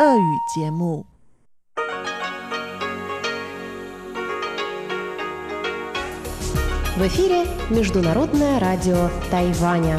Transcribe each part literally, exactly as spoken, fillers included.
俄语节目。 В эфире Международное радио Тайваня.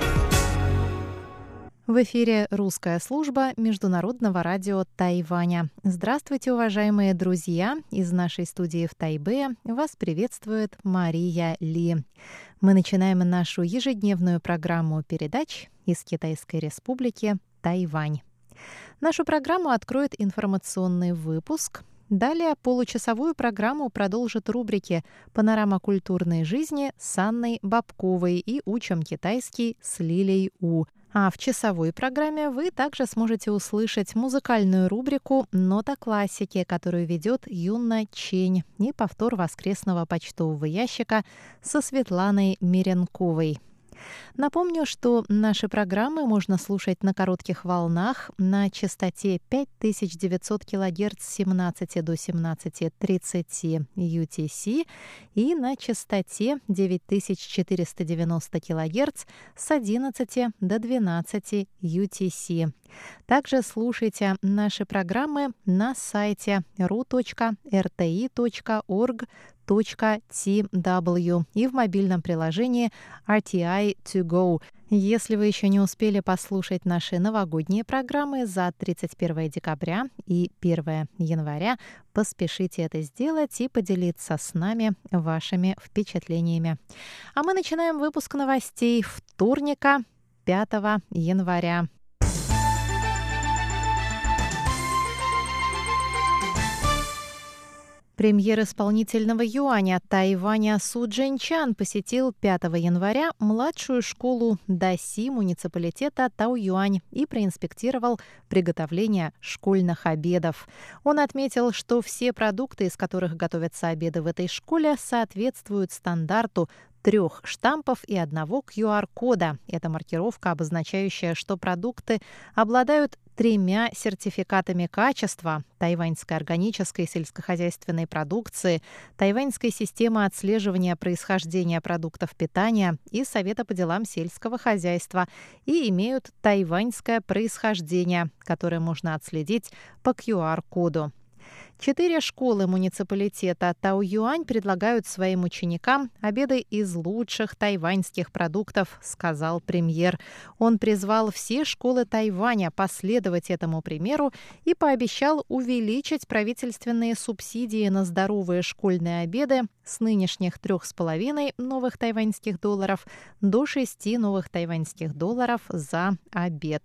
В эфире русская служба Международного радио Тайваня. Здравствуйте, уважаемые друзья! Из нашей студии в Тайбэе вас приветствует Мария Ли. Мы начинаем нашу ежедневную программу передач из Китайской Республики Тайвань. Нашу программу откроет информационный выпуск. Далее получасовую программу продолжат рубрики «Панорама культурной жизни» с Анной Бабковой и «Учим китайский» с Лилей У. А в часовой программе вы также сможете услышать музыкальную рубрику «Нота классики», которую ведет Юнна Чень, и повтор воскресного почтового ящика со Светланой Меренковой. Напомню, что наши программы можно слушать на коротких волнах на частоте пять тысяч девятьсот килогерц с семнадцати до семнадцати тридцати ю ти си и на частоте девять тысяч четыреста девяносто килогерц с одиннадцати до двенадцати ю ти си. Также слушайте наши программы на сайте ру точка эр тэ и точка орг точка ти дабл ю и в мобильном приложении ар ти ай to go. Если вы еще не успели послушать наши новогодние программы за тридцать первого декабря и первого января, поспешите это сделать и поделиться с нами вашими впечатлениями. А мы начинаем выпуск новостей вторника, пятого января. Премьер исполнительного юаня Тайваня Су Чжэньчан посетил пятого января младшую школу Даси муниципалитета Таоюань и проинспектировал приготовление школьных обедов. Он отметил, что все продукты, из которых готовятся обеды в этой школе, соответствуют стандарту трех штампов и одного ку ар кода. Это маркировка, обозначающая, что продукты обладают тремя сертификатами качества: тайваньской органической сельскохозяйственной продукции, тайваньской системы отслеживания происхождения продуктов питания и Совета по делам сельского хозяйства, и имеют тайваньское происхождение, которое можно отследить по ку ар коду. Четыре школы муниципалитета Таоюань предлагают своим ученикам обеды из лучших тайваньских продуктов, сказал премьер. Он призвал все школы Тайваня последовать этому примеру и пообещал увеличить правительственные субсидии на здоровые школьные обеды с нынешних трех с половиной новых тайваньских долларов до шести новых тайваньских долларов за обед.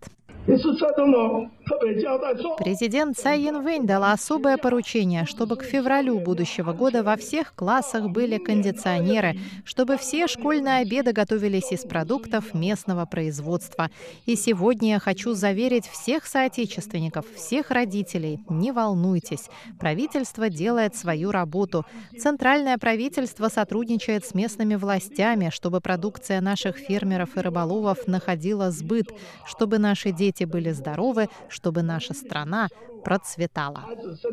Президент Цай Инвэнь дала особое поручение, чтобы к февралю будущего года во всех классах были кондиционеры, чтобы все школьные обеды готовились из продуктов местного производства. И сегодня я хочу заверить всех соотечественников, всех родителей: не волнуйтесь, правительство делает свою работу. Центральное правительство сотрудничает с местными властями, чтобы продукция наших фермеров и рыболовов находила сбыт, чтобы наши дети были здоровы, чтобы наша страна процветала.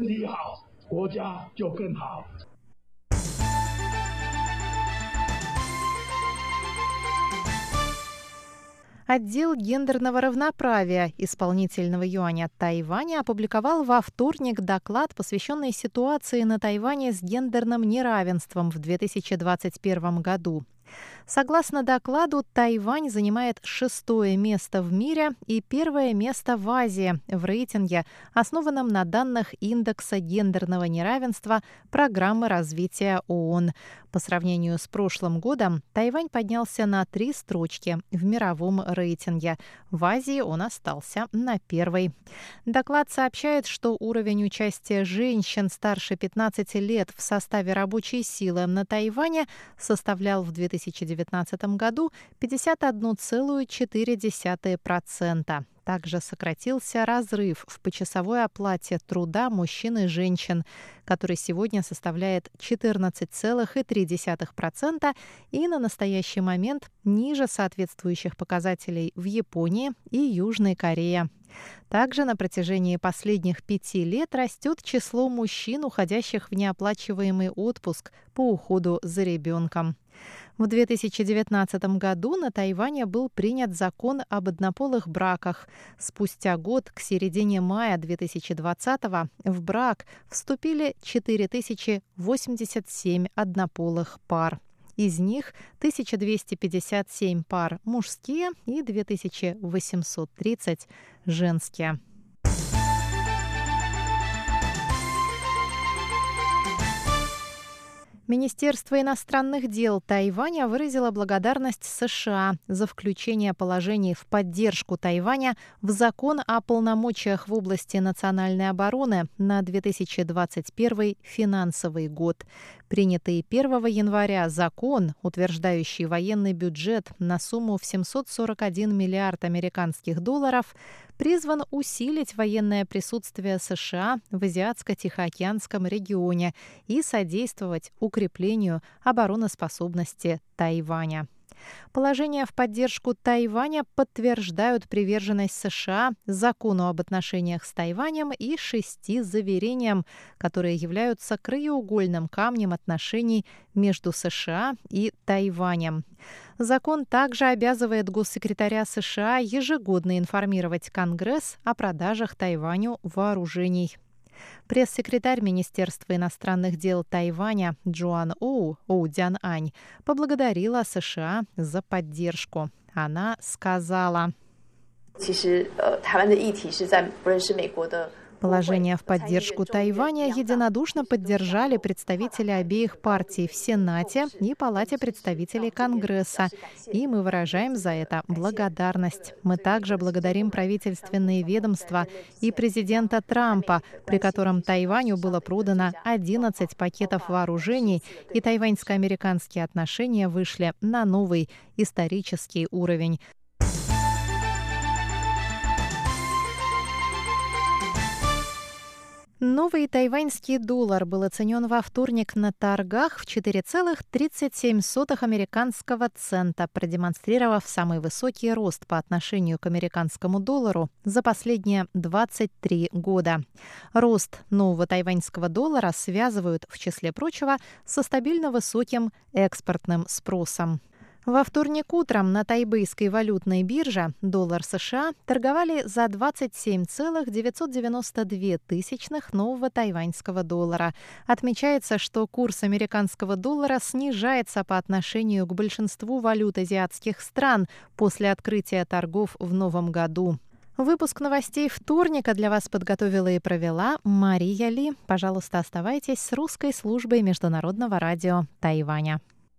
Отдел гендерного равноправия исполнительного юаня Тайваня опубликовал во вторник доклад, посвященный ситуации на Тайване с гендерным неравенством в две тысячи двадцать первом году. Согласно докладу, Тайвань занимает шестое место в мире и первое место в Азии в рейтинге, основанном на данных индекса гендерного неравенства Программы развития ООН. По сравнению с прошлым годом Тайвань поднялся на три строчки в мировом рейтинге. В Азии он остался на первой. Доклад сообщает, что уровень участия женщин старше пятнадцати лет в составе рабочей силы на Тайване составлял в две тысячи девятнадцатом году пятьдесят одна целая четыре десятых процента. Также сократился разрыв в почасовой оплате труда мужчин и женщин, который сегодня составляет четырнадцать целых три десятых процента и на настоящий момент ниже соответствующих показателей в Японии и Южной Корее. Также на протяжении последних пяти лет растет число мужчин, уходящих в неоплачиваемый отпуск по уходу за ребенком. В две тысячи девятнадцатом году на Тайване был принят закон об однополых браках. Спустя год, к середине мая две тысячи двадцатого, в брак вступили четыре тысячи восемьдесят семь однополых пар. Из них тысяча двести пятьдесят семь пар мужские и две тысячи восемьсот тридцать женские. Министерство иностранных дел Тайваня выразило благодарность США за включение положений в поддержку Тайваня в закон о полномочиях в области национальной обороны на две тысячи двадцать первый финансовый год. Принятый первого января закон, утверждающий военный бюджет на сумму в семьсот сорок один миллиард американских долларов, призван усилить военное присутствие США в Азиатско-Тихоокеанском регионе и содействовать укреплению обороноспособности Тайваня. Положения в поддержку Тайваня подтверждают приверженность США закону об отношениях с Тайванем и шести заверениям, которые являются краеугольным камнем отношений между США и Тайванем. Закон также обязывает госсекретаря США ежегодно информировать Конгресс о продажах Тайваню вооружений. Пресс-секретарь Министерства иностранных дел Тайваня Джоан Оу, Оу Дян Ань, поблагодарила США за поддержку. Она сказала: Положение в поддержку Тайваня единодушно поддержали представители обеих партий в Сенате и Палате представителей Конгресса, и мы выражаем за это благодарность. Мы также благодарим правительственные ведомства и президента Трампа, при котором Тайваню было продано одиннадцать пакетов вооружений, и тайваньско-американские отношения вышли на новый исторический уровень. Новый тайваньский доллар был оценен во вторник на торгах в четыре целых тридцать семь сотых американского цента, продемонстрировав самый высокий рост по отношению к американскому доллару за последние двадцать три года. Рост нового тайваньского доллара связывают, в числе прочего, со стабильно высоким экспортным спросом. Во вторник утром на тайбэйской валютной бирже доллар США торговали за двадцать семь целых девятьсот девяносто две тысячных нового тайваньского доллара. Отмечается, что курс американского доллара снижается по отношению к большинству валют азиатских стран после открытия торгов в новом году. Выпуск новостей вторника для вас подготовила и провела Мария Ли. Пожалуйста, оставайтесь с русской службой Международного радио Тайваня.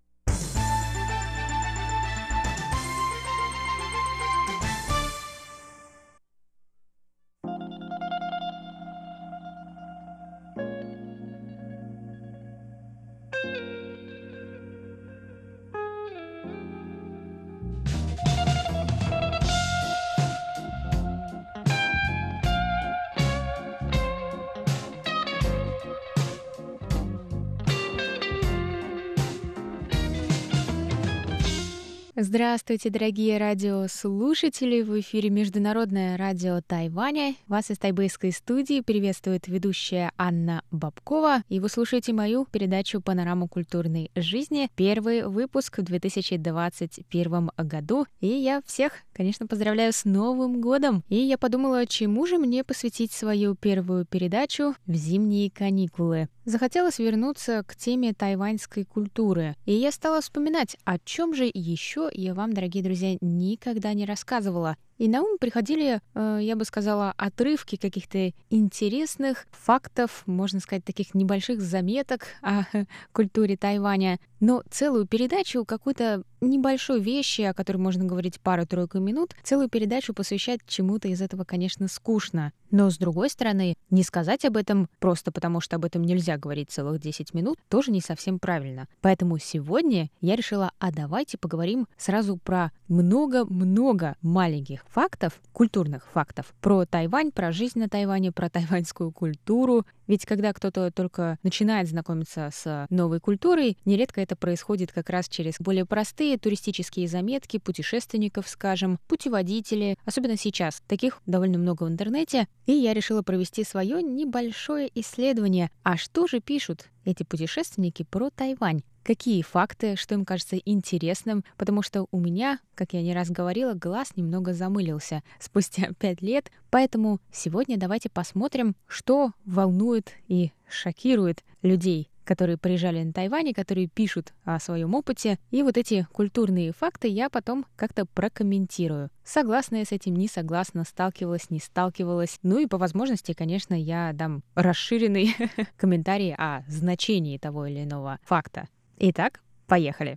Здравствуйте, дорогие радиослушатели! В эфире Международное радио Тайваня. Вас из тайбэйской студии приветствует ведущая Анна Бабкова. И вы слушаете мою передачу «Панорама культурной жизни». Первый выпуск в две тысячи двадцать первом году. И я всех, конечно, поздравляю с Новым годом. И я подумала, чему же мне посвятить свою первую передачу в зимние каникулы. Захотелось вернуться к теме тайваньской культуры. И я стала вспоминать, о чем же еще я вам, дорогие друзья, никогда не рассказывала. И на ум приходили, э, я бы сказала, отрывки каких-то интересных фактов, можно сказать, таких небольших заметок о культуре Тайваня. Но целую передачу какой-то небольшой вещи, о которой можно говорить пару-тройку минут, целую передачу посвящать чему-то из этого, конечно, скучно. Но, с другой стороны, не сказать об этом просто потому, что об этом нельзя говорить целых десять минут, тоже не совсем правильно. Поэтому сегодня я решила, а давайте поговорим сразу про много-много маленьких фактов, культурных фактов про Тайвань, про жизнь на Тайване, про тайваньскую культуру. Ведь когда кто-то только начинает знакомиться с новой культурой, нередко это происходит как раз через более простые туристические заметки путешественников, скажем, путеводители, особенно сейчас. Таких довольно много в интернете. И я решила провести свое небольшое исследование. А что же пишут эти путешественники про Тайвань. Какие факты, что им кажется интересным, потому что у меня, как я не раз говорила, глаз немного замылился спустя пять лет, поэтому сегодня давайте посмотрим, что волнует и шокирует людей, которые приезжали на Тайвань, которые пишут о своем опыте, и вот эти культурные факты я потом как-то прокомментирую. Согласна я с этим, не согласна, сталкивалась, не сталкивалась. Ну и по возможности, конечно, я дам расширенный комментарий о значении того или иного факта. Итак, поехали.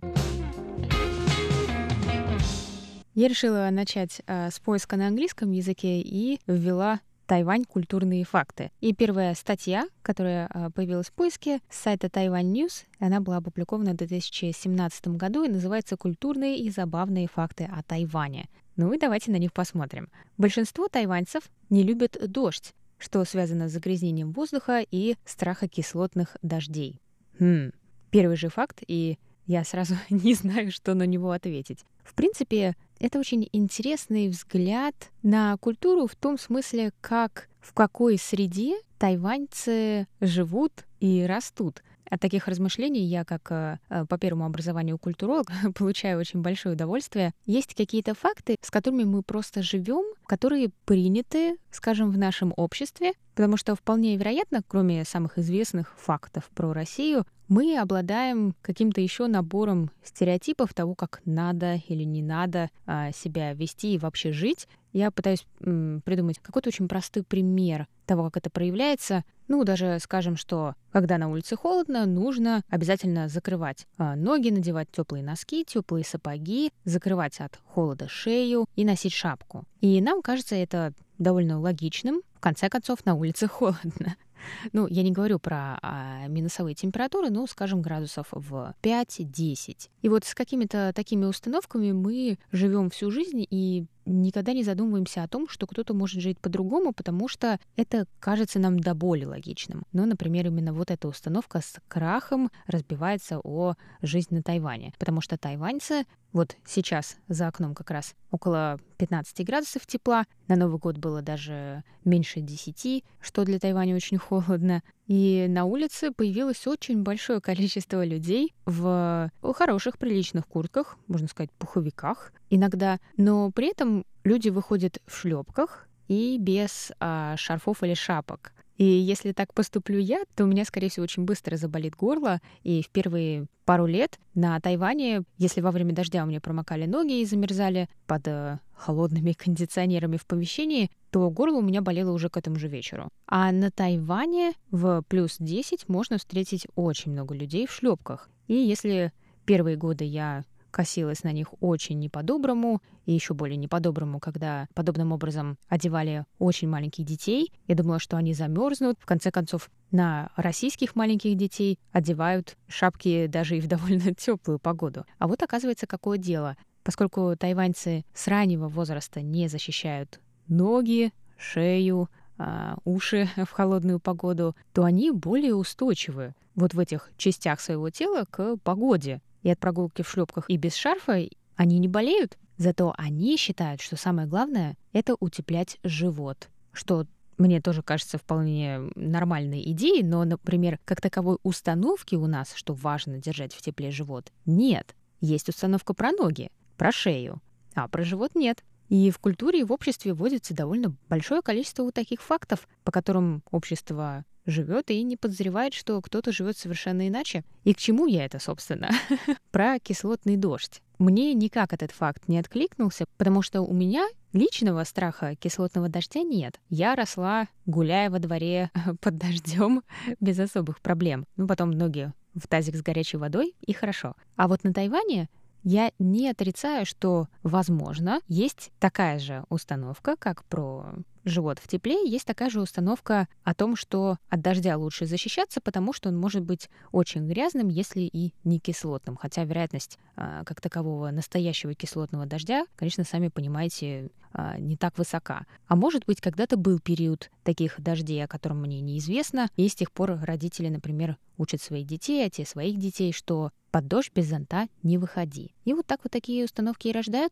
Я решила начать э, с поиска на английском языке и ввела Тайвань. Культурные факты. И первая статья, которая э, появилась в поиске, с сайта Тайвань News, она была опубликована в две тысячи семнадцатом году и называется «Культурные и забавные факты о Тайване». Ну и давайте на них посмотрим. Большинство тайваньцев не любят дождь, что связано с загрязнением воздуха и страхокислотных дождей. Хм. Первый же факт, и я сразу не знаю, что на него ответить. В принципе, это очень интересный взгляд на культуру в том смысле, как в какой среде тайваньцы живут и растут. От таких размышлений я, как э, по первому образованию культуролог, получаю очень большое удовольствие. Есть какие-то факты, с которыми мы просто живем, которые приняты, скажем, в нашем обществе, потому что вполне вероятно, кроме самых известных фактов про Россию, мы обладаем каким-то еще набором стереотипов того, как надо или не надо а, себя вести и вообще жить. Я пытаюсь м, придумать какой-то очень простой пример того, как это проявляется. Ну, даже скажем, что когда на улице холодно, нужно обязательно закрывать а, ноги, надевать теплые носки, теплые сапоги, закрывать от холода шею и носить шапку. И нам кажется это довольно логичным. В конце концов, на улице холодно. Ну, я не говорю про а, минусовые температуры, ну, скажем, градусов в пять-десять. И вот с какими-то такими установками мы живем всю жизнь и никогда не задумываемся о том, что кто-то может жить по-другому, потому что это кажется нам до боли логичным. Но, например, именно вот эта установка с крахом разбивается о жизнь на Тайване. Потому что тайваньцы, вот сейчас за окном как раз около пятнадцать градусов тепла, на Новый год было даже меньше десяти, что для Тайваня очень холодно. И на улице появилось очень большое количество людей в хороших, приличных куртках, можно сказать, пуховиках иногда. Но при этом люди выходят в шлепках и без а, шарфов или шапок. И если так поступлю я, то у меня, скорее всего, очень быстро заболит горло. И в первые пару лет на Тайване, если во время дождя у меня промокали ноги и замерзали под э, холодными кондиционерами в помещении, то горло у меня болело уже к этому же вечеру. А на Тайване в плюс десять можно встретить очень много людей в шлепках. И если первые годы я косилась на них очень не по-доброму, и еще более не по-доброму, когда подобным образом одевали очень маленьких детей. Я думала, что они замерзнут. В конце концов, на российских маленьких детей одевают шапки даже и в довольно теплую погоду. А вот оказывается, какое дело. Поскольку тайваньцы с раннего возраста не защищают ноги, шею, э, уши в холодную погоду, то они более устойчивы вот в этих частях своего тела к погоде. И от прогулки в шлепках и без шарфа они не болеют. Зато они считают, что самое главное — это утеплять живот. Что мне тоже кажется вполне нормальной идеей, но, например, как таковой установки у нас, что важно держать в тепле живот, нет. Есть установка про ноги, про шею, а про живот нет. И в культуре и в обществе вводится довольно большое количество вот таких фактов, по которым общество живет и не подозревает, что кто-то живет совершенно иначе. И к чему я это, собственно? Про кислотный дождь. Мне никак этот факт не откликнулся, потому что у меня личного страха кислотного дождя нет. Я росла, гуляя во дворе под дождем без особых проблем. Ну, потом ноги в тазик с горячей водой, и хорошо. А вот на Тайване я не отрицаю, что, возможно, есть такая же установка, как про живот в тепле, есть такая же установка о том, что от дождя лучше защищаться, потому что он может быть очень грязным, если и не кислотным. Хотя вероятность э, как такового настоящего кислотного дождя, конечно, сами понимаете, э, не так высока. А может быть, когда-то был период таких дождей, о котором мне неизвестно, и с тех пор родители, например, учат своих детей, а те своих детей, что под дождь без зонта не выходи. И вот так вот такие установки и рождаются.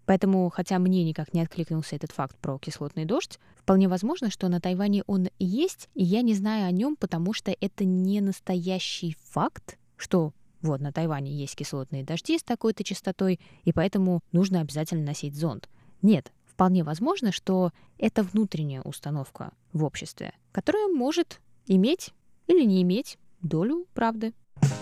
Поэтому, хотя мне никак не откликнулся этот факт про кислотный дождь, вполне возможно, что на Тайване он есть, и я не знаю о нем, потому что это не настоящий факт, что вот на Тайване есть кислотные дожди с такой-то частотой, и поэтому нужно обязательно носить зонт. Нет, вполне возможно, что это внутренняя установка в обществе, которая может иметь или не иметь долю правды.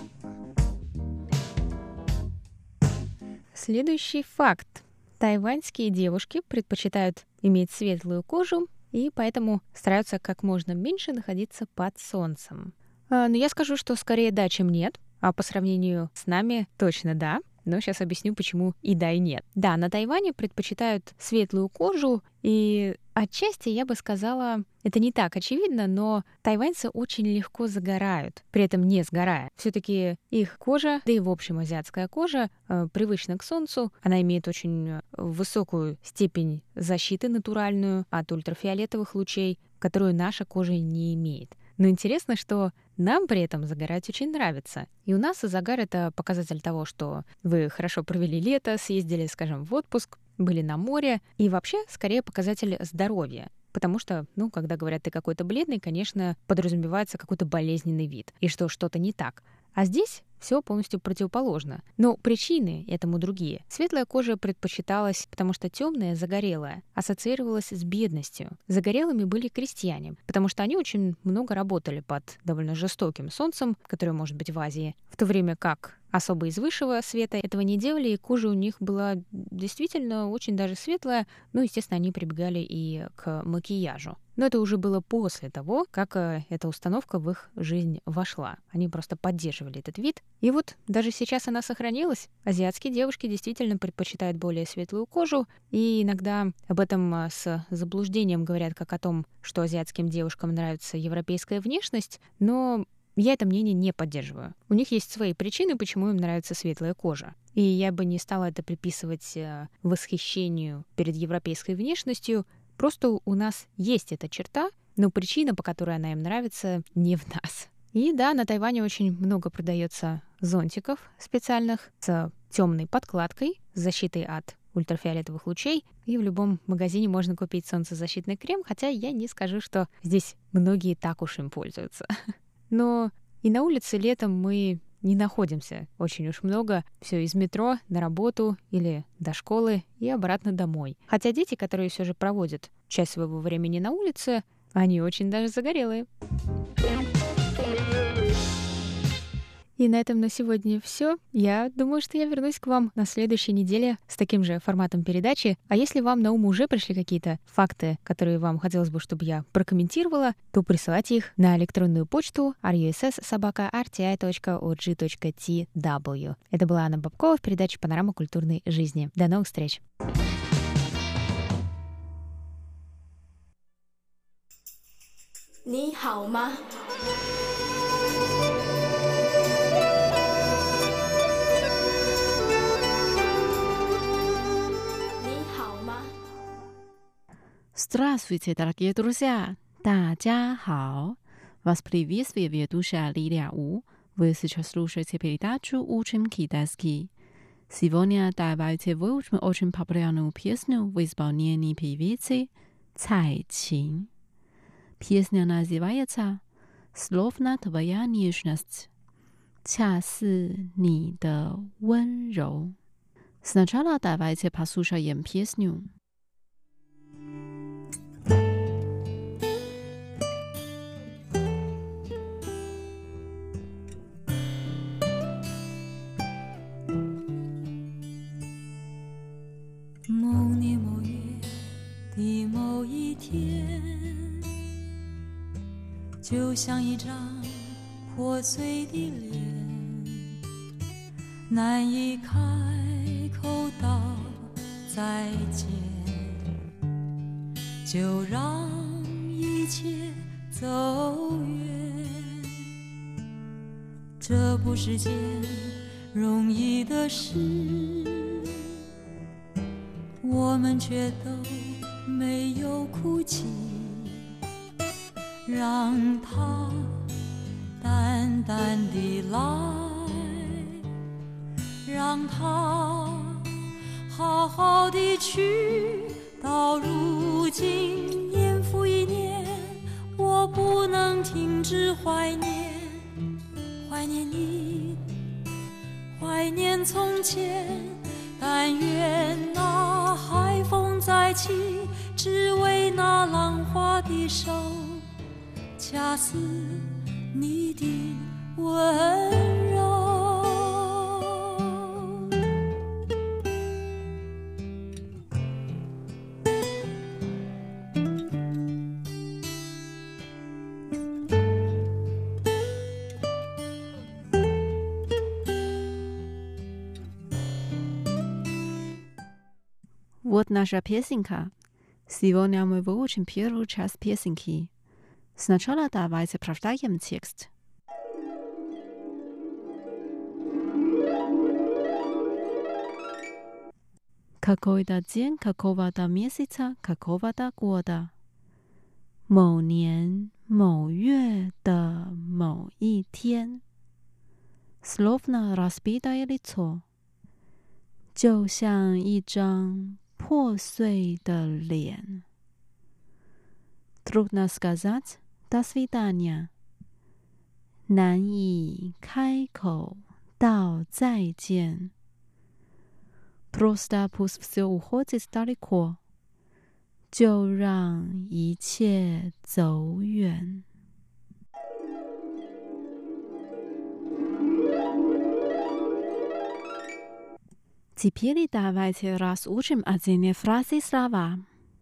Следующий факт. Тайваньские девушки предпочитают иметь светлую кожу и поэтому стараются как можно меньше находиться под солнцем. А, но я скажу, что скорее да, чем нет. А по сравнению с нами точно да. Но сейчас объясню, почему и да, и нет. Да, на Тайване предпочитают светлую кожу, и отчасти я бы сказала, это не так очевидно, но тайваньцы очень легко загорают, при этом не сгорая. Все-таки их кожа, да и в общем азиатская кожа, э, привычна к солнцу, она имеет очень высокую степень защиты натуральную от ультрафиолетовых лучей, которую наша кожа не имеет. Но интересно, что нам при этом загорать очень нравится. И у нас загар — это показатель того, что вы хорошо провели лето, съездили, скажем, в отпуск, были на море, и вообще скорее показатель здоровья. Потому что, ну, когда говорят, ты какой-то бледный, конечно, подразумевается какой-то болезненный вид, и что что-то не так. А здесь все полностью противоположно. Но причины этому другие. Светлая кожа предпочиталась, потому что темная, загорелая, ассоциировалась с бедностью. Загорелыми были крестьяне, потому что они очень много работали под довольно жестоким солнцем, которое может быть в Азии, в то время как особо из высшего света этого не делали, и кожа у них была действительно очень даже светлая, но, естественно, они прибегали и к макияжу. Но это уже было после того, как эта установка в их жизнь вошла. Они просто поддерживали этот вид. И вот даже сейчас она сохранилась. Азиатские девушки действительно предпочитают более светлую кожу, и иногда об этом с заблуждением говорят как о том, что азиатским девушкам нравится европейская внешность, но я это мнение не поддерживаю. У них есть свои причины, почему им нравится светлая кожа. И я бы не стала это приписывать восхищению перед европейской внешностью. Просто у нас есть эта черта, но причина, по которой она им нравится, не в нас. И да, на Тайване очень много продается зонтиков специальных с темной подкладкой, с защитой от ультрафиолетовых лучей. И в любом магазине можно купить солнцезащитный крем, хотя я не скажу, что здесь многие так уж им пользуются. Но и на улице летом мы не находимся очень уж много. Все из метро на работу или до школы и обратно домой. Хотя дети, которые все же проводят часть своего времени на улице, они очень даже загорелые. И на этом на сегодня все. Я думаю, что я вернусь к вам на следующей неделе с таким же форматом передачи. А если вам на ум уже пришли какие-то факты, которые вам хотелось бы, чтобы я прокомментировала, то присылайте их на электронную почту ар ю эс эс собака ар ти ай точка о джи точка ти дабл ю. Это была Анна Бабкова в передаче «Панорама культурной жизни». До новых встреч! 你好吗？ Здравствуйте, дорогие друзья! 大家好! Вас приветствует ведущая Лилия У. Вы сейчас слушаете передачу «Учим китайский». Сегодня давайте выучим очень популярную песню в исполнении певицы Цай Чин. Песня называется «Словно твоя нежность, 恰似你的温柔». Сначала давайте послушаем песню. 的某一天，就像一张破碎的脸，难以开口道再见，就让一切走远。这不是件容易的事，我们却都没有哭泣，让它淡淡地来，让它好好的去，到如今年复一年，我不能停止怀念，怀念你，怀念从前。但愿那海风再起，只为那浪花的手，恰似你的温柔。 Вот наша песенка. Сегодня мы выучим первую часть песенки. Сначала давайте прочитаем текст. Какой-то день какого-то месяца какого-то года. 某年某月的某一天 Словно разбитое лицо. 就像一张破碎的脸。Трудно сказать «до свидания». 难以开口道再见。Просто пусть все уходит далеко. 就让一切走远。Теперь давайте разучим отдельные фразы и слова.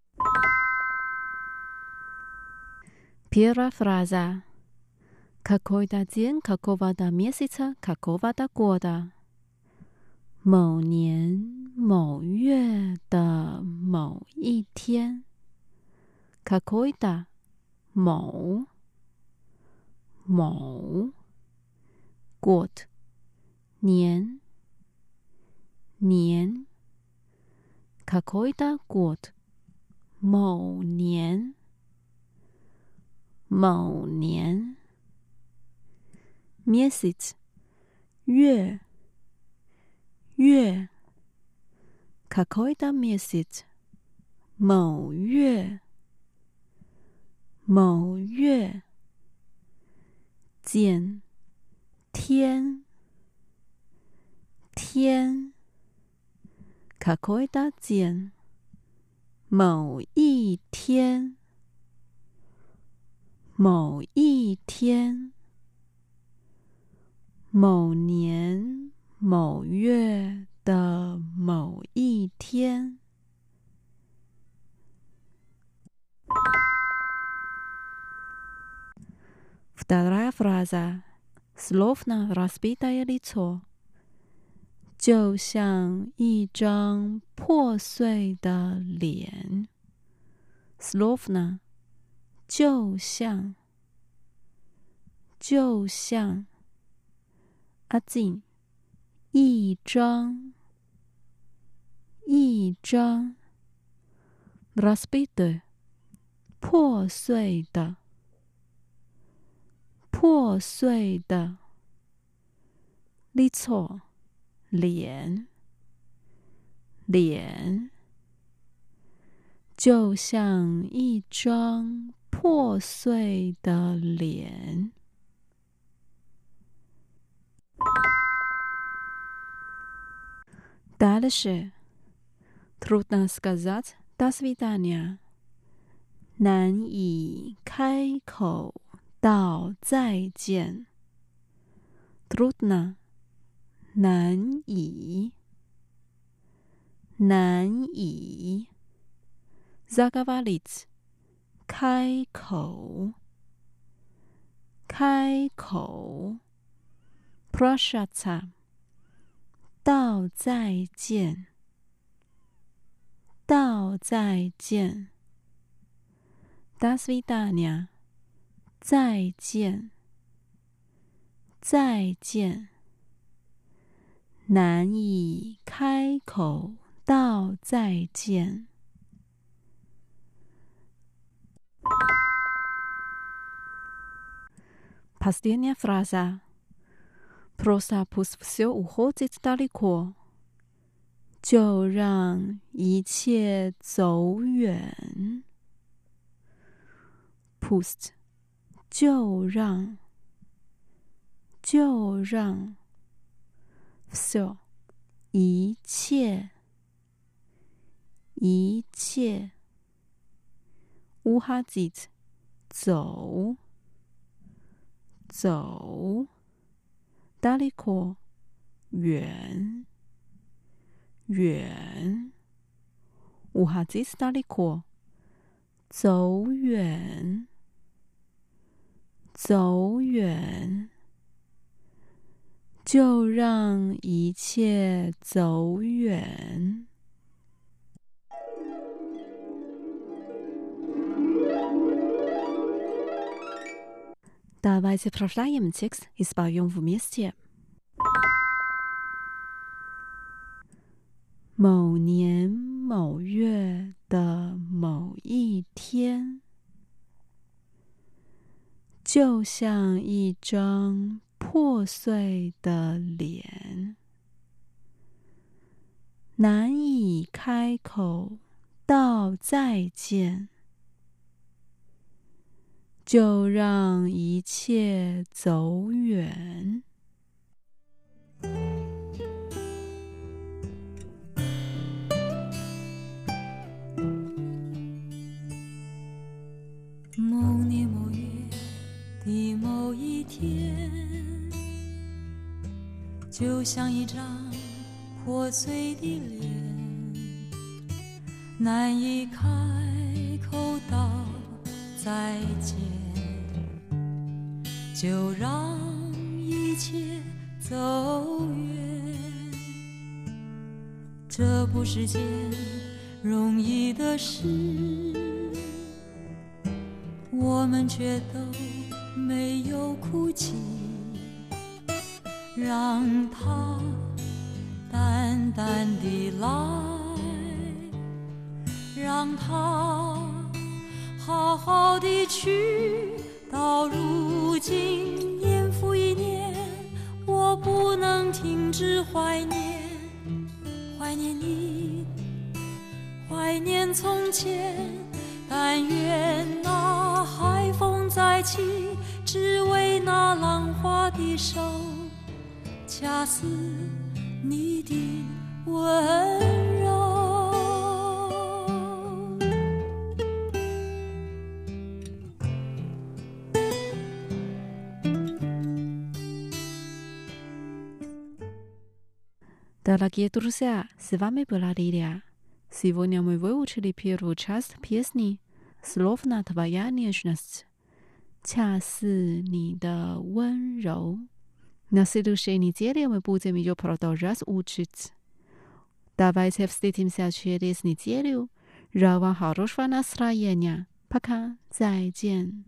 Первая фраза. Какой-то день какого-то месяца какого-то года. 某年某月的某一天。Какой-то 某某 год 年年 какой-то год 某年某年 месяц 月月 какой-то месяц 某月某月 день 天天какой-то день 某一天某一天某年某月的某一天。Вторая фраза. Словно разбитое лицо. 就像一张破碎的脸。Словно 就像就像 один 一张一张 разбитое 破碎的破碎的 лицо 脸脸就像一张破碎的脸。Дальше. Трудно сказать «до свидания». 难以开口道再见。Трудно 难以难以 заговорить 开口开口 прощаться 道再见道再见 до свидания 再见再见难以开口道再见。Последняя фраза. Просто пусть все уходит далеко. 就让一切走远。Pust， 就让，就让。Все， 一切，一切。Uходить， 走，走。Далеко， 远，远。Uходить далеко， 走远，走远。就让一切走远。Давайте прочитаем текст и споем вместе. 某年某月的某一天，就像一张破碎的脸，难以开口道再见，就让一切走远。 某年某月的某一天，就像一张破碎的脸，难以开口道再见，就让一切走远。这不是件容易的事，我们却都没有哭泣，让它淡淡地来，让它好好地去。到如今年复一年，我不能停止怀念，怀念你，怀念从前。但愿那海风再起，只为那浪花的手掐死你的温柔。 Дорогие друзья, с вами была Лилия. Сегодня мы выучили первую часть песни «Словно твоя нежность», 恰似你的温柔。На следующей неделе мы будем ее продолжать учить. Давайте встретимся через неделю. Желаю вам хорошего настроения. Пока, 再见。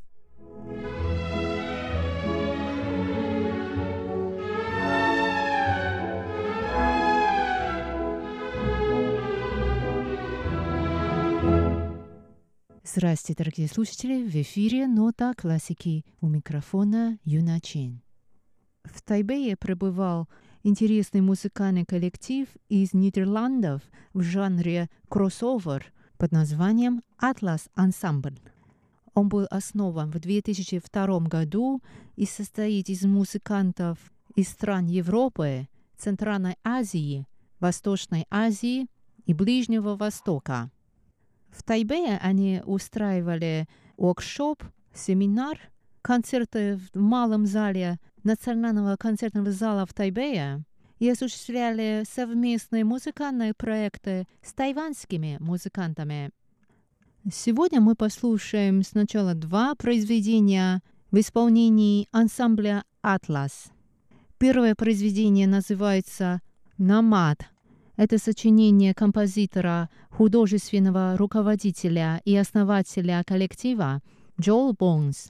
Здравствуйте, дорогие слушатели! В эфире «Нота классики», у микрофона Юна Чин. В Тайбэе пребывал интересный музыкальный коллектив из Нидерландов в жанре кроссовер под названием «Atlas Ensemble». Он был основан в две тысячи втором году и состоит из музыкантов из стран Европы, Центральной Азии, Восточной Азии и Ближнего Востока. В Тайбэе они устраивали воркшоп, семинар, концерты в малом зале Национального концертного зала в Тайбэе и осуществляли совместные музыкальные проекты с тайваньскими музыкантами. Сегодня мы послушаем сначала два произведения в исполнении ансамбля «Атлас». Первое произведение называется «Намад». Это сочинение композитора, художественного руководителя и основателя коллектива Джоэл Бонс.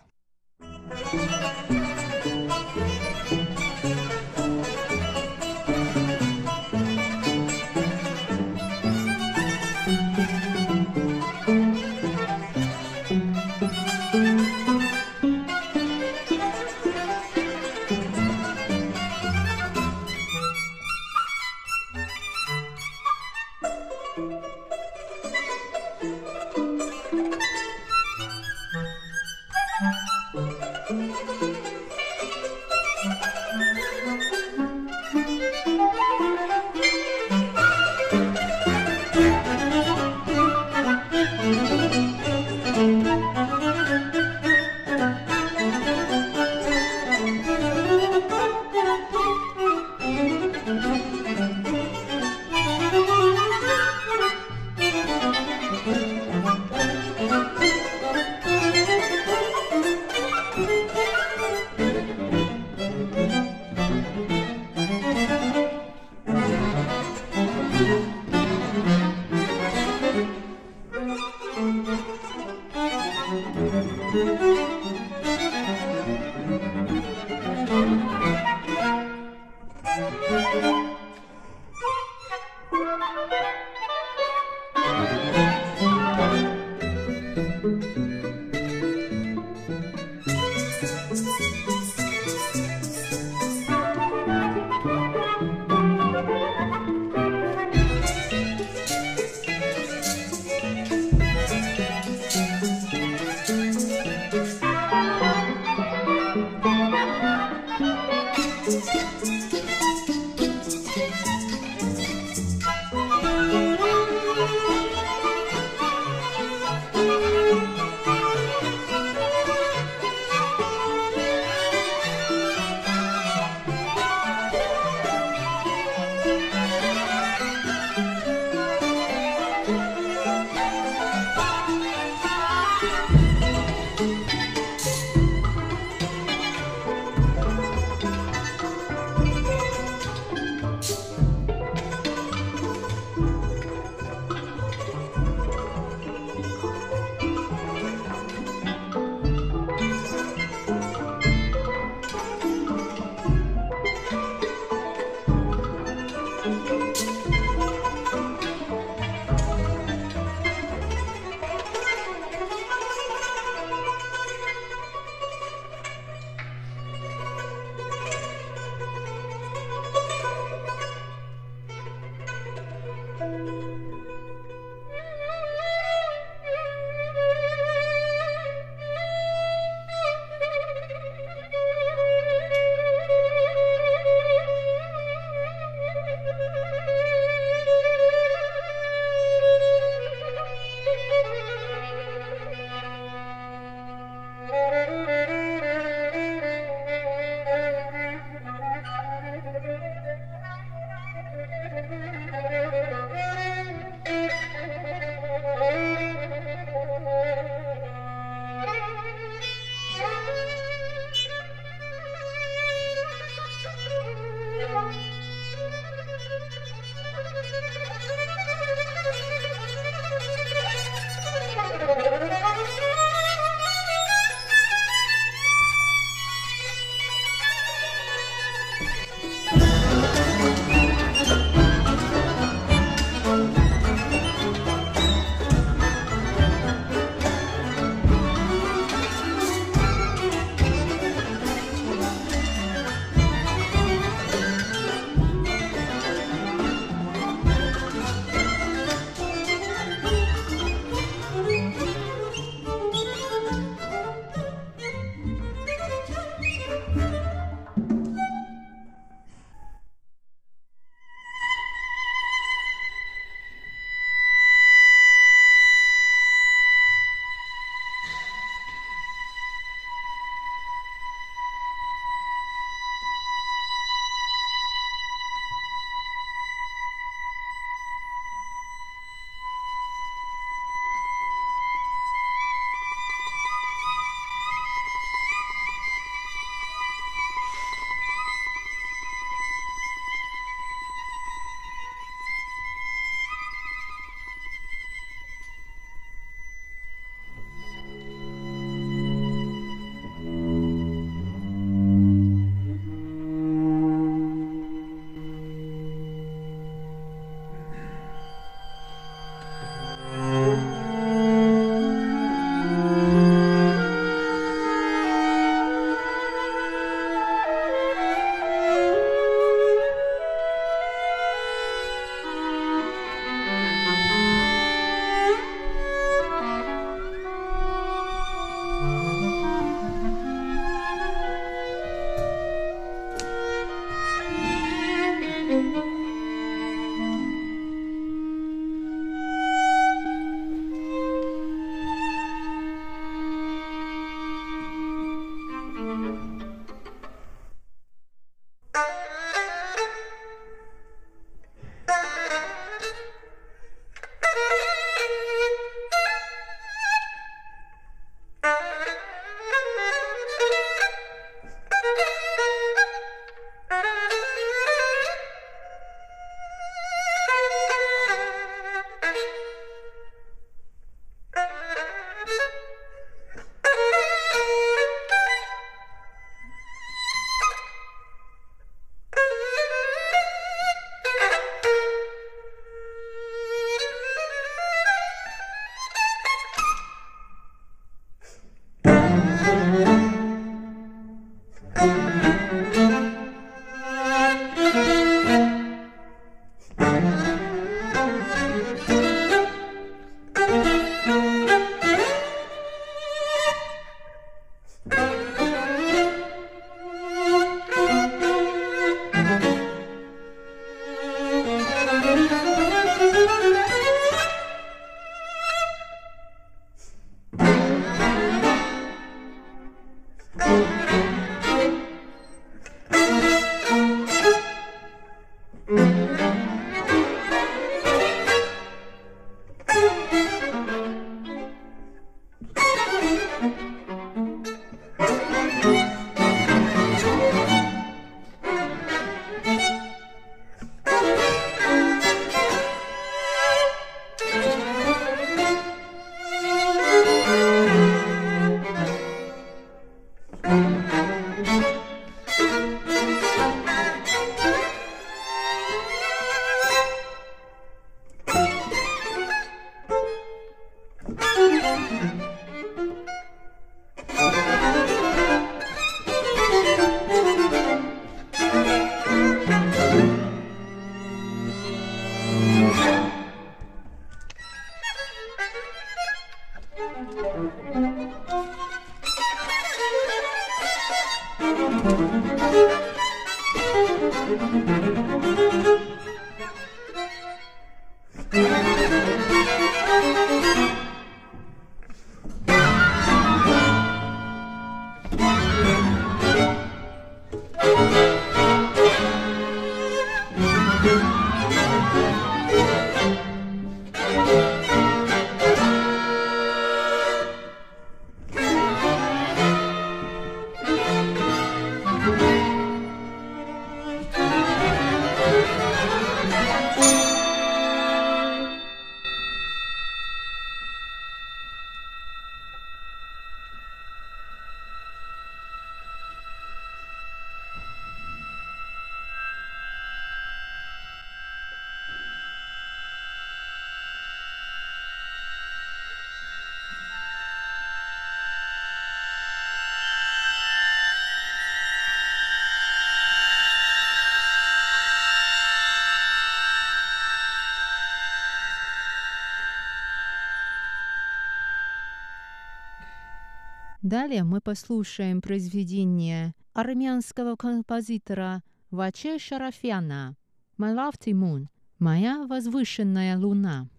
Далее мы послушаем произведение армянского композитора Ваче Шарафяна «My Lofty Moon» — «Моя возвышенная луна».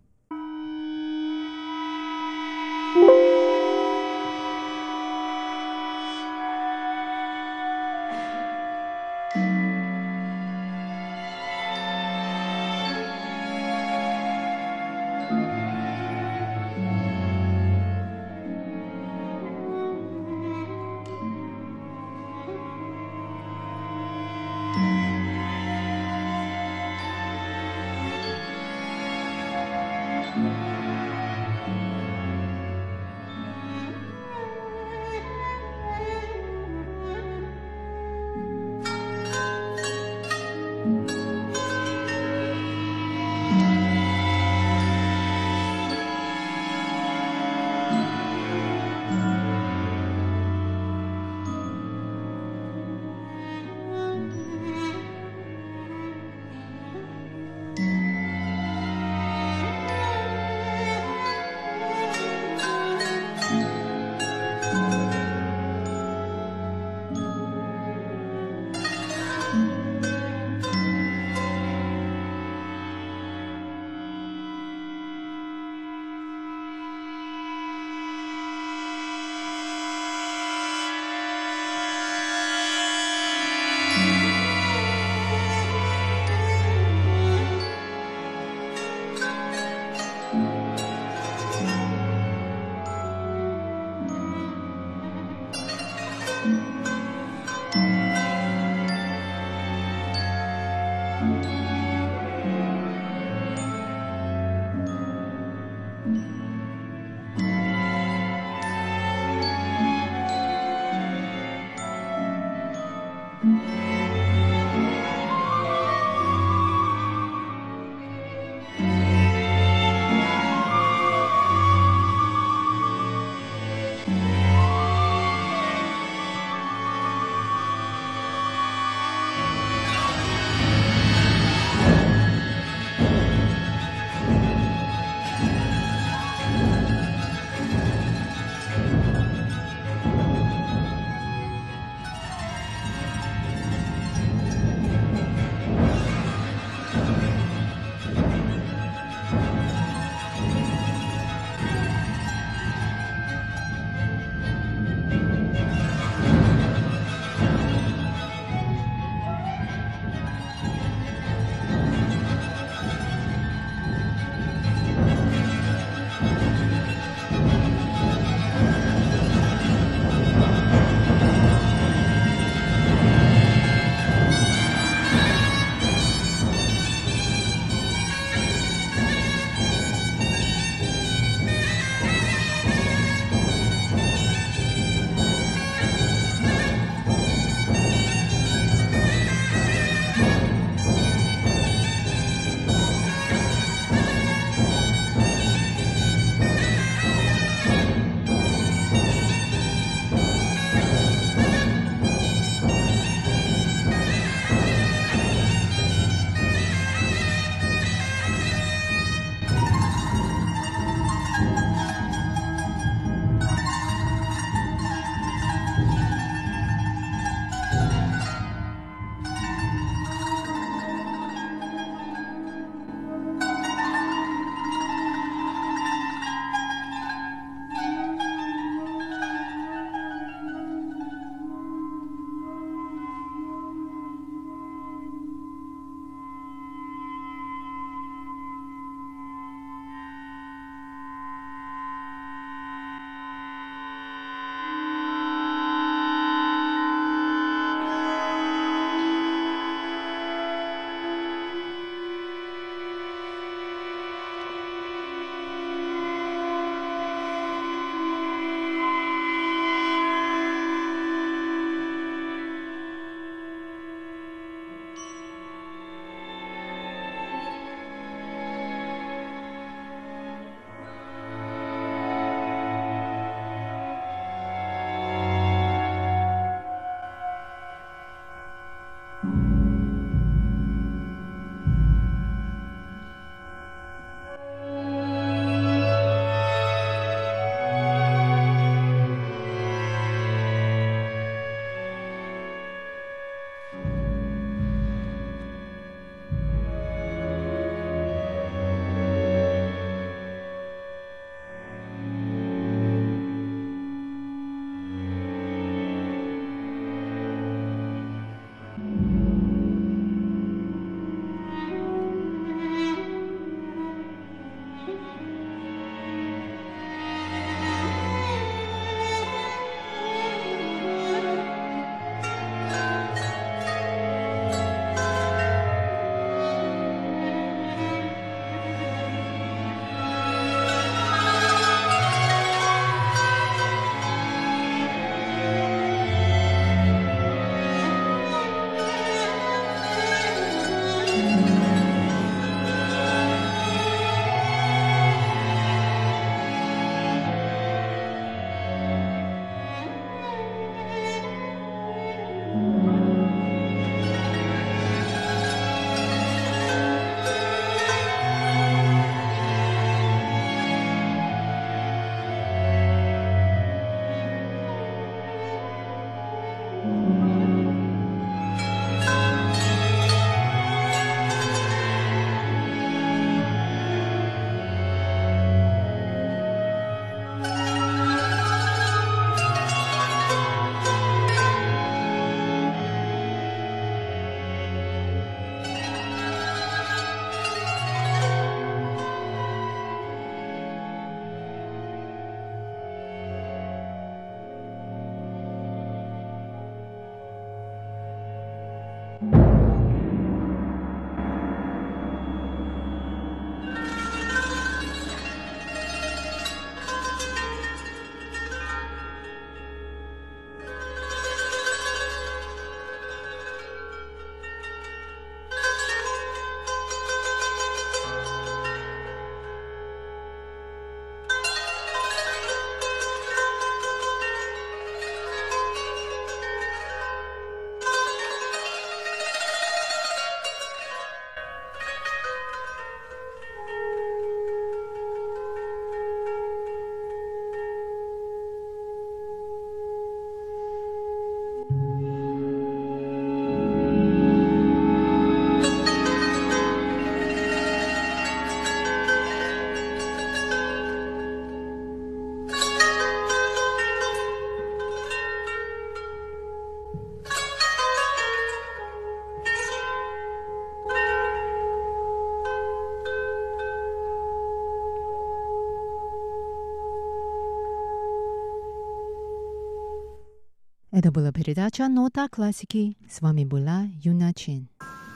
Это была передача «Нота классики». С вами была Юна Чен.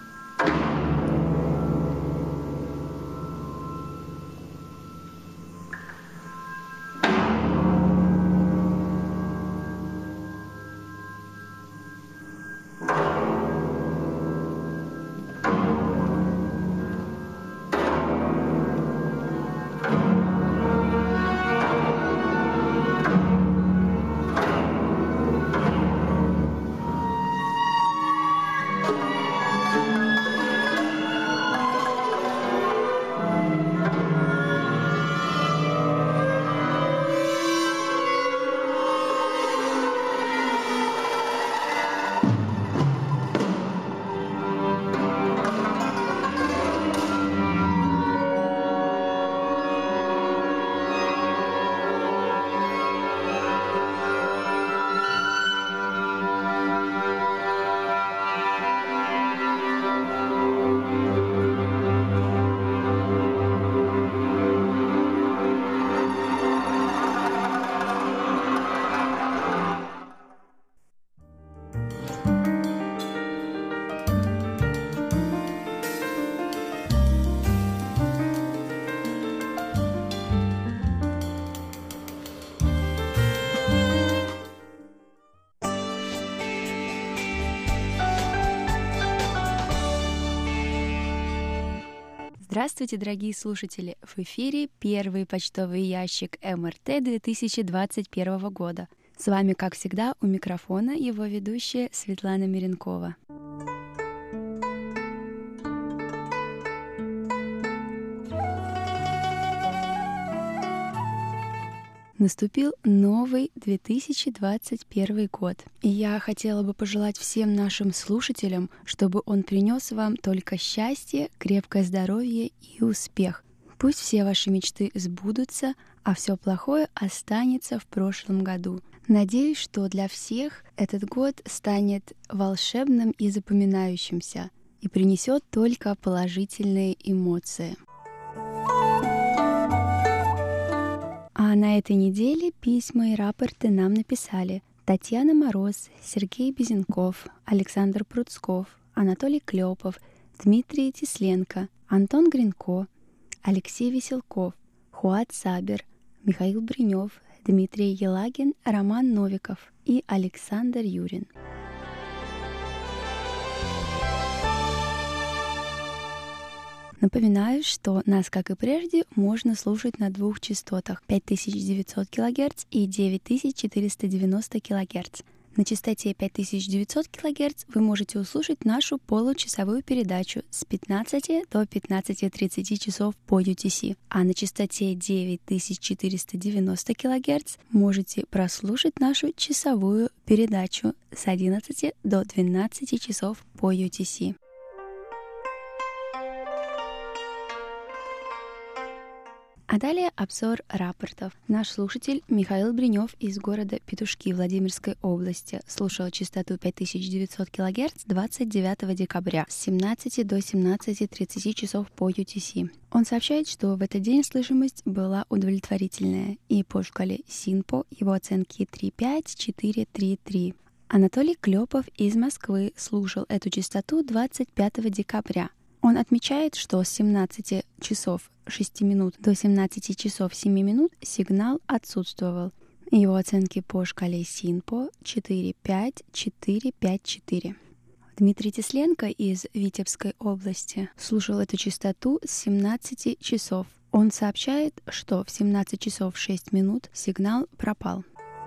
Здравствуйте, дорогие слушатели! В эфире первый почтовый ящик эм эр тэ две тысячи двадцать первого года. С вами, как всегда, у микрофона его ведущая Светлана Миренкова. Наступил новый две тысячи двадцать первый год, и я хотела бы пожелать всем нашим слушателям, чтобы он принес вам только счастье, крепкое здоровье и успех. Пусть все ваши мечты сбудутся, а все плохое останется в прошлом году. Надеюсь, что для всех этот год станет волшебным и запоминающимся и принесет только положительные эмоции. А на этой неделе письма и рапорты нам написали Татьяна Мороз, Сергей Безенков, Александр Пруцков, Анатолий Клёпов, Дмитрий Тесленко, Антон Гринко, Алексей Веселков, Хуат Сабер, Михаил Бринёв, Дмитрий Елагин, Роман Новиков и Александр Юрин. Напоминаю, что нас, как и прежде, можно слушать на двух частотах пять тысяч девятьсот килогерц и девять тысяч четыреста девяносто килогерц. На частоте пять тысяч девятьсот килогерц вы можете услышать нашу получасовую передачу с пятнадцати до пятнадцати тридцати часов по ю ти си, а на частоте девять тысяч четыреста девяносто килогерц можете прослушать нашу часовую передачу с одиннадцати до двенадцати часов по ю ти си. А далее обзор рапортов. Наш слушатель Михаил Бринёв из города Петушки Владимирской области слушал частоту пять тысяч девятьсот килогерц двадцать девятого декабря с семнадцати до семнадцати тридцати часов по ю ти си. Он сообщает, что в этот день слышимость была удовлетворительная, и по шкале СИНПО его оценки три пять четыре три три. Анатолий Клёпов из Москвы слушал эту частоту двадцать пятого декабря. Он отмечает, что с семнадцати часов шести минут до семнадцати часов семи минут сигнал отсутствовал. Его оценки по шкале СИНПО четыре пять четыре пять четыре. Дмитрий Тесленко из Витебской области слушал эту частоту с семнадцати часов. Он сообщает, что в семнадцать часов шесть минут сигнал пропал.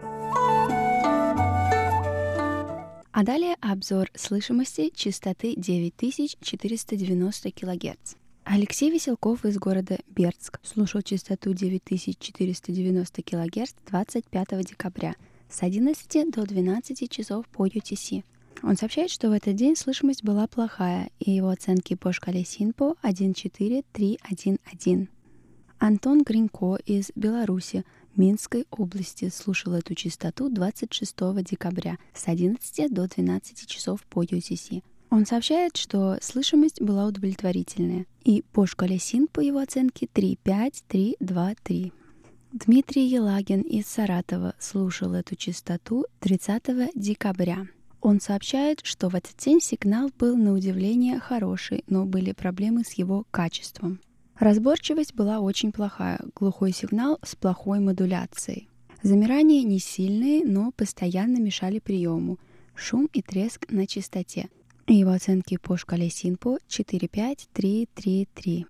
А далее обзор слышимости частоты девять тысяч четыреста девяносто килогерц. Алексей Веселков из города Бердск слушал частоту девять тысяч четыреста девяносто килогерц двадцать пятого декабря с одиннадцати до двенадцати часов по ю ти си. Он сообщает, что в этот день слышимость была плохая, и его оценки по шкале СИНПО один четыре три один один. Антон Гринко из Беларуси, Минской области слушал эту частоту двадцать шестого декабря с одиннадцати до двенадцати часов по ю ти си. Он сообщает, что слышимость была удовлетворительная, и по шкале СИНПО его оценки три пять три два три. Дмитрий Елагин из Саратова слушал эту частоту тридцатого декабря. Он сообщает, что в этот день сигнал был на удивление хороший, но были проблемы с его качеством. Разборчивость была очень плохая, глухой сигнал с плохой модуляцией. Замирания не сильные, но постоянно мешали приему. Шум и треск на частоте. Его оценки по шкале Синпо четыре пять три три три.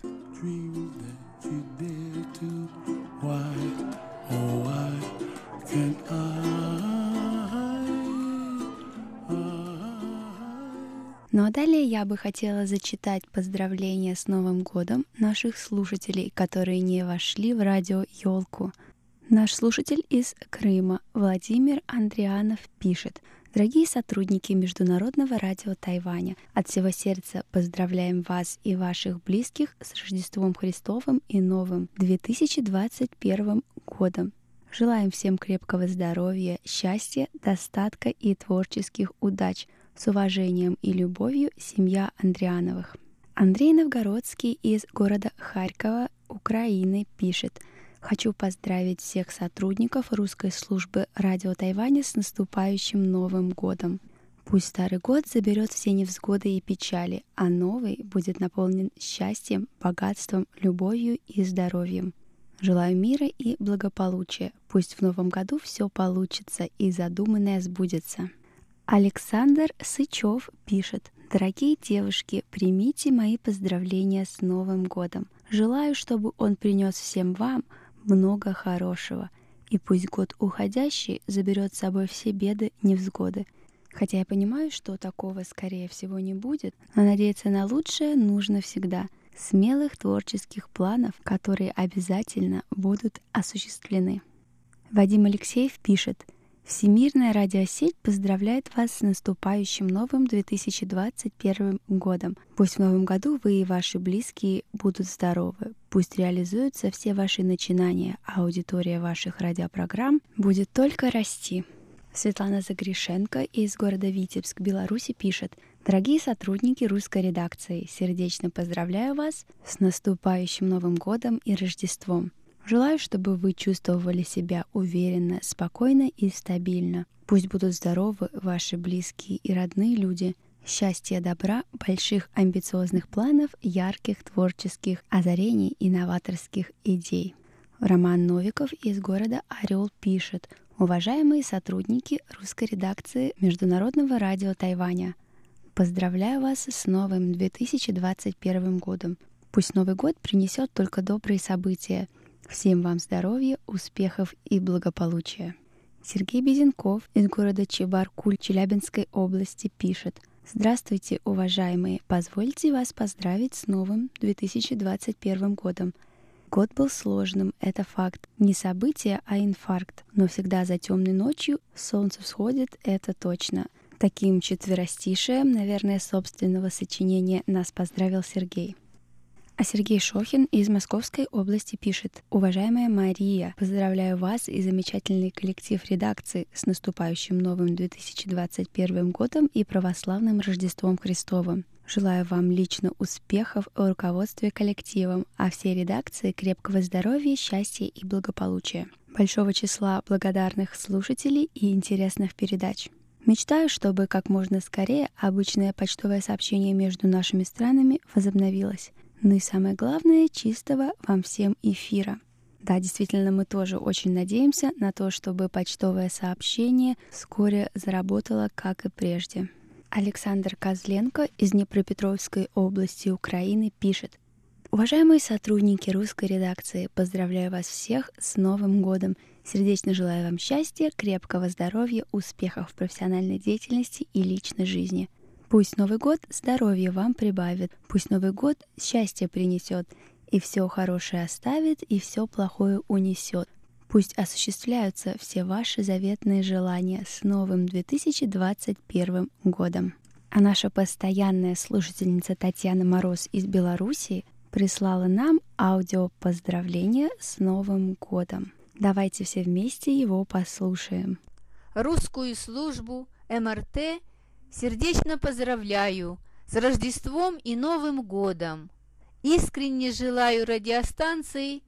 Ну а далее я бы хотела зачитать поздравления с Новым годом наших слушателей, которые не вошли в радио «Ёлку». Наш слушатель из Крыма Владимир Андрианов пишет: «Дорогие сотрудники Международного радио Тайваня, от всего сердца поздравляем вас и ваших близких с Рождеством Христовым и Новым две тысячи двадцать первым годом. Желаем всем крепкого здоровья, счастья, достатка и творческих удач. С уважением и любовью, семья Андриановых». Андрей Новгородский из города Харькова, Украины, пишет: «Хочу поздравить всех сотрудников русской службы радио Тайваня с наступающим Новым годом. Пусть старый год заберет все невзгоды и печали, а новый будет наполнен счастьем, богатством, любовью и здоровьем. Желаю мира и благополучия. Пусть в новом году все получится и задуманное сбудется». Александр Сычев пишет: «Дорогие девушки, примите мои поздравления с Новым годом. Желаю, чтобы он принес всем вам много хорошего. И пусть год уходящий заберет с собой все беды, невзгоды. Хотя я понимаю, что такого, скорее всего, не будет, но надеяться на лучшее нужно всегда. Смелых творческих планов, которые обязательно будут осуществлены». Вадим Алексеев пишет: «Всемирная радиосеть поздравляет вас с наступающим новым две тысячи двадцать первым годом. Пусть в новом году вы и ваши близкие будут здоровы. Пусть реализуются все ваши начинания, а аудитория ваших радиопрограмм будет только расти». Светлана Загришенко из города Витебск, Беларуси, пишет: «Дорогие сотрудники русской редакции, сердечно поздравляю вас с наступающим Новым годом и Рождеством. Желаю, чтобы вы чувствовали себя уверенно, спокойно и стабильно. Пусть будут здоровы ваши близкие и родные люди. Счастья, добра, больших амбициозных планов, ярких творческих озарений и новаторских идей». Роман Новиков из города Орел пишет: «Уважаемые сотрудники русской редакции Международного радио Тайваня, поздравляю вас с новым две тысячи двадцать первым годом. Пусть Новый год принесет только добрые события. Всем вам здоровья, успехов и благополучия». Сергей Безенков из города Чебаркуль Челябинской области пишет: «Здравствуйте, уважаемые! Позвольте вас поздравить с новым две тысячи двадцать первым годом. Год был сложным, это факт. Не событие, а инфаркт. Но всегда за темной ночью солнце всходит, это точно». Таким четверостишием, наверное, собственного сочинения нас поздравил Сергей. А Сергей Шохин из Московской области пишет: «Уважаемая Мария, поздравляю вас и замечательный коллектив редакции с наступающим новым две тысячи двадцать первым годом и православным Рождеством Христовым. Желаю вам лично успехов в руководстве коллективом, а всей редакции крепкого здоровья, счастья и благополучия, большого числа благодарных слушателей и интересных передач. Мечтаю, чтобы как можно скорее обычное почтовое сообщение между нашими странами возобновилось. Ну и самое главное, чистого вам всем эфира». Да, действительно, мы тоже очень надеемся на то, чтобы почтовое сообщение вскоре заработало, как и прежде. Александр Козленко из Днепропетровской области Украины пишет: «Уважаемые сотрудники русской редакции, поздравляю вас всех с Новым годом. Сердечно желаю вам счастья, крепкого здоровья, успехов в профессиональной деятельности и личной жизни. Пусть Новый год здоровья вам прибавит, пусть Новый год счастье принесет, и все хорошее оставит, и все плохое унесет. Пусть осуществляются все ваши заветные желания с новым две тысячи двадцать первым годом». А наша постоянная слушательница Татьяна Мороз из Беларуси прислала нам аудио поздравления с Новым годом. Давайте все вместе его послушаем. Русскую службу эм эр тэ сердечно поздравляю с Рождеством и Новым годом. Искренне желаю радиостанции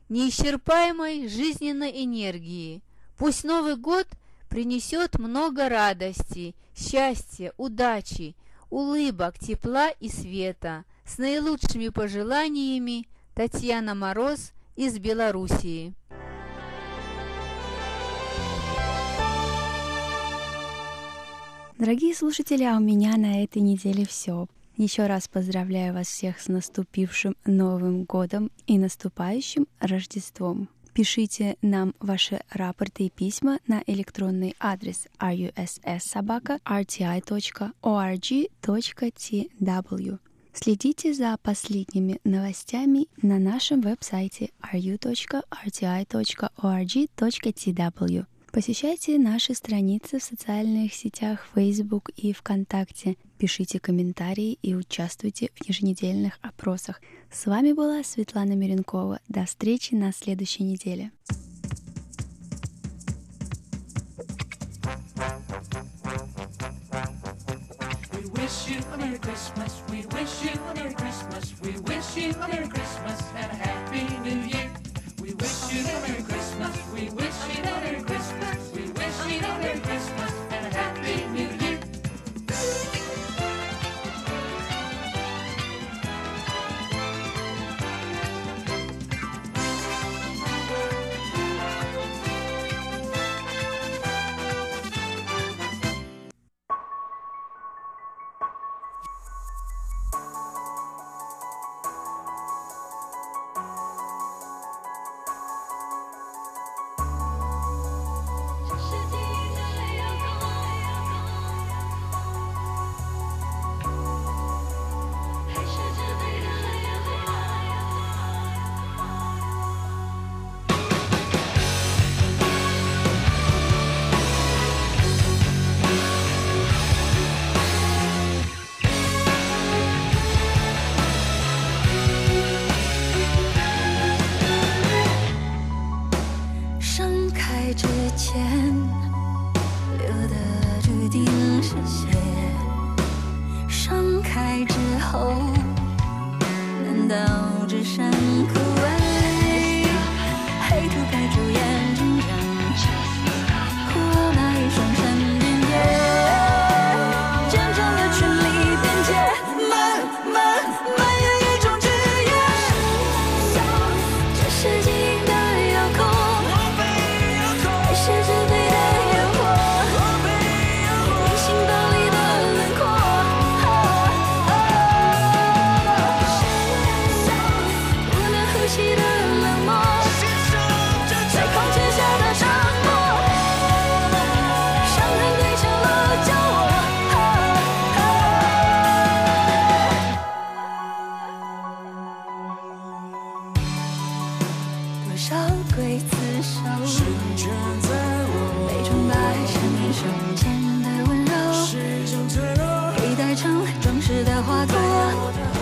неисчерпаемой жизненной энергии. Пусть Новый год принесет много радости, счастья, удачи, улыбок, тепла и света. С наилучшими пожеланиями, Татьяна Мороз из Белоруссии. Дорогие слушатели, а у меня на этой неделе все. Еще раз поздравляю вас всех с наступившим Новым годом и наступающим Рождеством. Пишите нам ваши рапорты и письма на электронный адрес russ собака эр ти ай точка орг точка ти дабл ю. Следите за последними новостями на нашем веб-сайте эр ю точка эр ти ай точка орг точка ти дабл ю. Посещайте наши страницы в социальных сетях Facebook и ВКонтакте. Пишите комментарии и участвуйте в еженедельных опросах. С вами была Светлана Миренкова. До встречи на следующей неделе. 装饰的花朵。